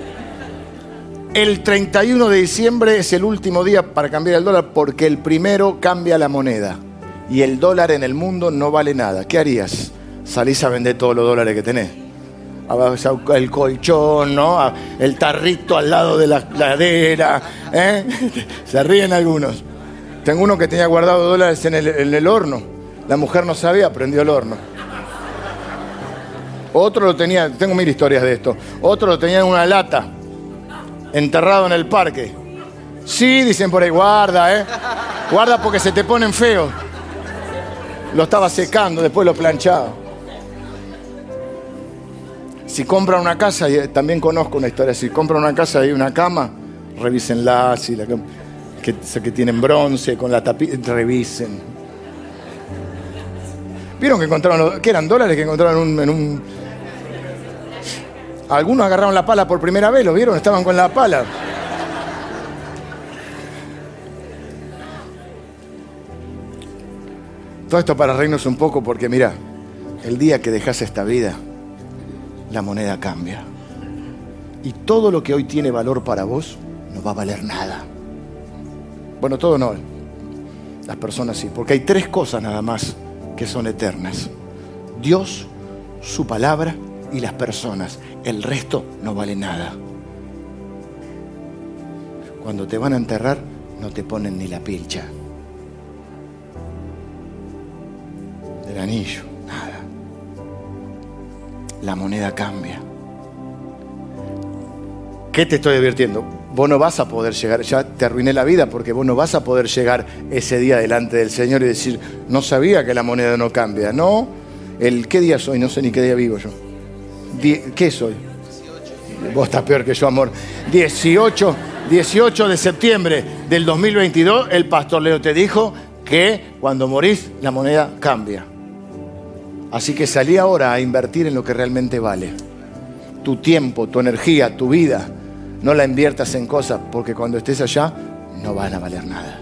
El treinta y uno de diciembre es el último día para cambiar el dólar, porque el primero cambia la moneda. Y el dólar en el mundo no vale nada. ¿Qué harías? Salís a vender todos los dólares que tenés. El colchón, ¿no? El tarrito al lado de la ladera, ¿eh? Se ríen algunos. Tengo uno que tenía guardado dólares en el, en el horno. La mujer no sabía, prendió el horno. Otro lo tenía, tengo mil historias de esto. Otro lo tenía en una lata, enterrado en el parque. Sí, dicen por ahí, guarda, ¿eh? Guarda porque se te ponen feos. Lo estaba secando, después lo planchaba. Si compran una casa, y también conozco una historia, si compran una casa y hay una cama, revísenla, si la, que, que tienen bronce, con la tapita, revisen. ¿Vieron que encontraron, que eran dólares que encontraron en un, en un... Algunos agarraron la pala por primera vez, ¿lo vieron? Estaban con la pala. Todo esto para reírnos un poco porque, mira, el día que dejas esta vida, la moneda cambia. Y todo lo que hoy tiene valor para vos no va a valer nada. Bueno, todo no. Las personas sí. Porque hay tres cosas nada más que son eternas: Dios, su palabra y las personas. El resto no vale nada. Cuando te van a enterrar, no te ponen ni la pilcha del anillo, nada. La moneda cambia. ¿Qué te estoy advirtiendo? Vos no vas a poder llegar, ya te arruiné la vida, porque vos no vas a poder llegar ese día delante del Señor y decir: no sabía que la moneda no cambia. No, el, ¿qué día soy? No sé ni qué día vivo yo. ¿Qué soy? Vos estás peor que yo, amor. dieciocho, dieciocho de septiembre del dos mil veintidós, el pastor Leo te dijo que cuando morís la moneda cambia. Así que salí ahora a invertir en lo que realmente vale. Tu tiempo, tu energía, tu vida, no la inviertas en cosas, porque cuando estés allá no van a valer nada.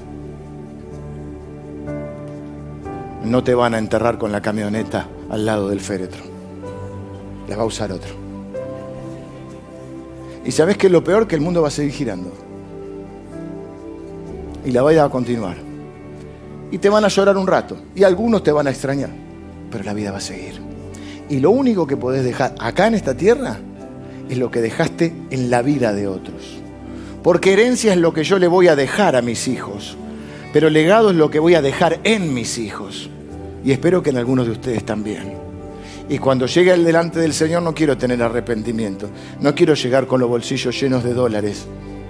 No te van a enterrar con la camioneta al lado del féretro. La va a usar otro. Y ¿sabés qué es lo peor? Que el mundo va a seguir girando. Y la vida va a continuar. Y te van a llorar un rato. Y algunos te van a extrañar. Pero la vida va a seguir. Y lo único que podés dejar acá en esta tierra es lo que dejaste en la vida de otros. Porque herencia es lo que yo le voy a dejar a mis hijos. Pero legado es lo que voy a dejar en mis hijos. Y espero que en algunos de ustedes también. Y cuando llegue al delante del Señor no quiero tener arrepentimiento. No quiero llegar con los bolsillos llenos de dólares.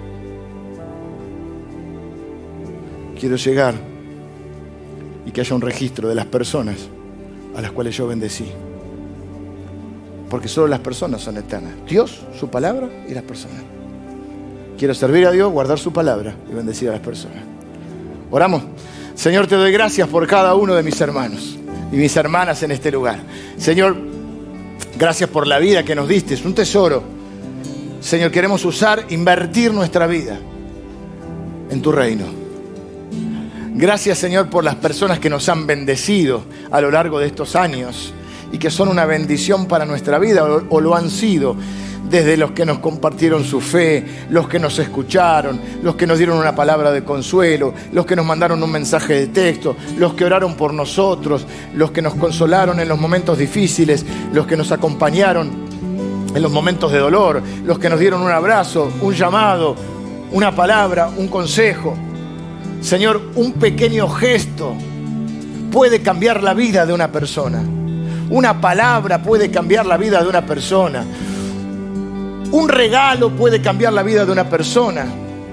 Quiero llegar y que haya un registro de las personas a las cuales yo bendecí. Porque solo las personas son eternas. Dios, su palabra y las personas. Quiero servir a Dios, guardar su palabra y bendecir a las personas. Oramos. Señor, te doy gracias por cada uno de mis hermanos y mis hermanas en este lugar. Señor, gracias por la vida que nos diste. Es un tesoro. Señor, queremos usar, invertir nuestra vida en tu reino. Gracias, Señor, por las personas que nos han bendecido a lo largo de estos años y que son una bendición para nuestra vida, o, o lo han sido, desde los que nos compartieron su fe, los que nos escucharon, los que nos dieron una palabra de consuelo, los que nos mandaron un mensaje de texto, los que oraron por nosotros, los que nos consolaron en los momentos difíciles, los que nos acompañaron en los momentos de dolor, los que nos dieron un abrazo, un llamado, una palabra, un consejo. Señor, un pequeño gesto puede cambiar la vida de una persona. Una palabra puede cambiar la vida de una persona. Un regalo puede cambiar la vida de una persona.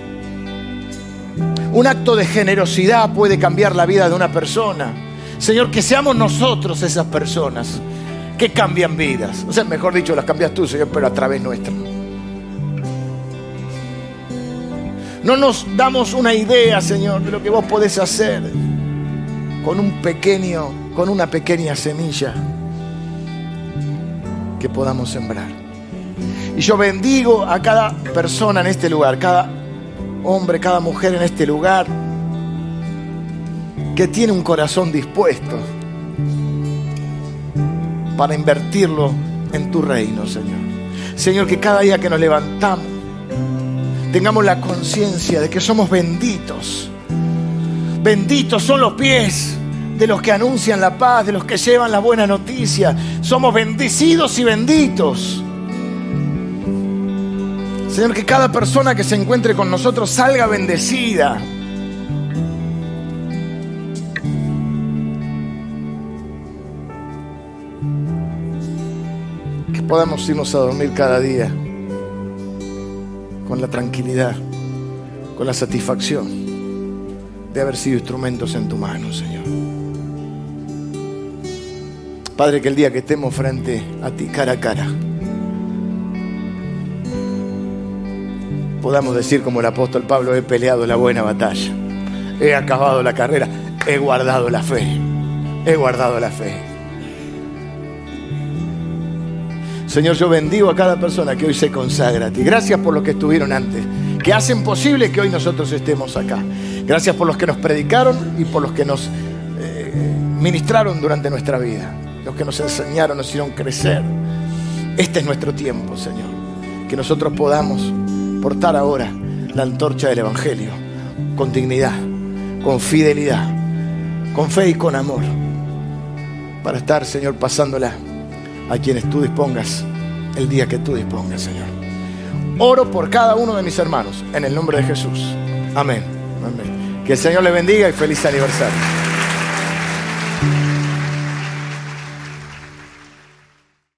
Un acto de generosidad puede cambiar la vida de una persona. Señor, que seamos nosotros esas personas que cambian vidas. O sea, mejor dicho, las cambias tú, Señor, pero a través nuestra. No nos damos una idea, Señor, de lo que vos podés hacer con un pequeño, con una pequeña semilla que podamos sembrar. Y yo bendigo a cada persona en este lugar, cada hombre, cada mujer en este lugar que tiene un corazón dispuesto para invertirlo en tu reino, Señor. Señor, que cada día que nos levantamos tengamos la conciencia de que somos benditos. Benditos son los pies de los que anuncian la paz, de los que llevan la buena noticia. Somos bendecidos y benditos. Señor, que cada persona que se encuentre con nosotros salga bendecida. Que podamos irnos a dormir cada día con la tranquilidad, con la satisfacción de haber sido instrumentos en tu mano, Señor. Padre, que el día que estemos frente a ti cara a cara, podamos decir como el apóstol Pablo: he peleado la buena batalla, he acabado la carrera, he guardado la fe, he guardado la fe. Señor, yo bendigo a cada persona que hoy se consagra a ti. Gracias por los que estuvieron antes, que hacen posible que hoy nosotros estemos acá. Gracias por los que nos predicaron y por los que nos eh, ministraron durante nuestra vida, los que nos enseñaron, nos hicieron crecer. Este es nuestro tiempo, Señor, que nosotros podamos portar ahora la antorcha del Evangelio con dignidad, con fidelidad, con fe y con amor, para estar, Señor, pasándola a quienes tú dispongas el día que tú dispongas, Señor. Oro por cada uno de mis hermanos en el nombre de Jesús. Amén. Amén. Que el Señor les bendiga y feliz aniversario.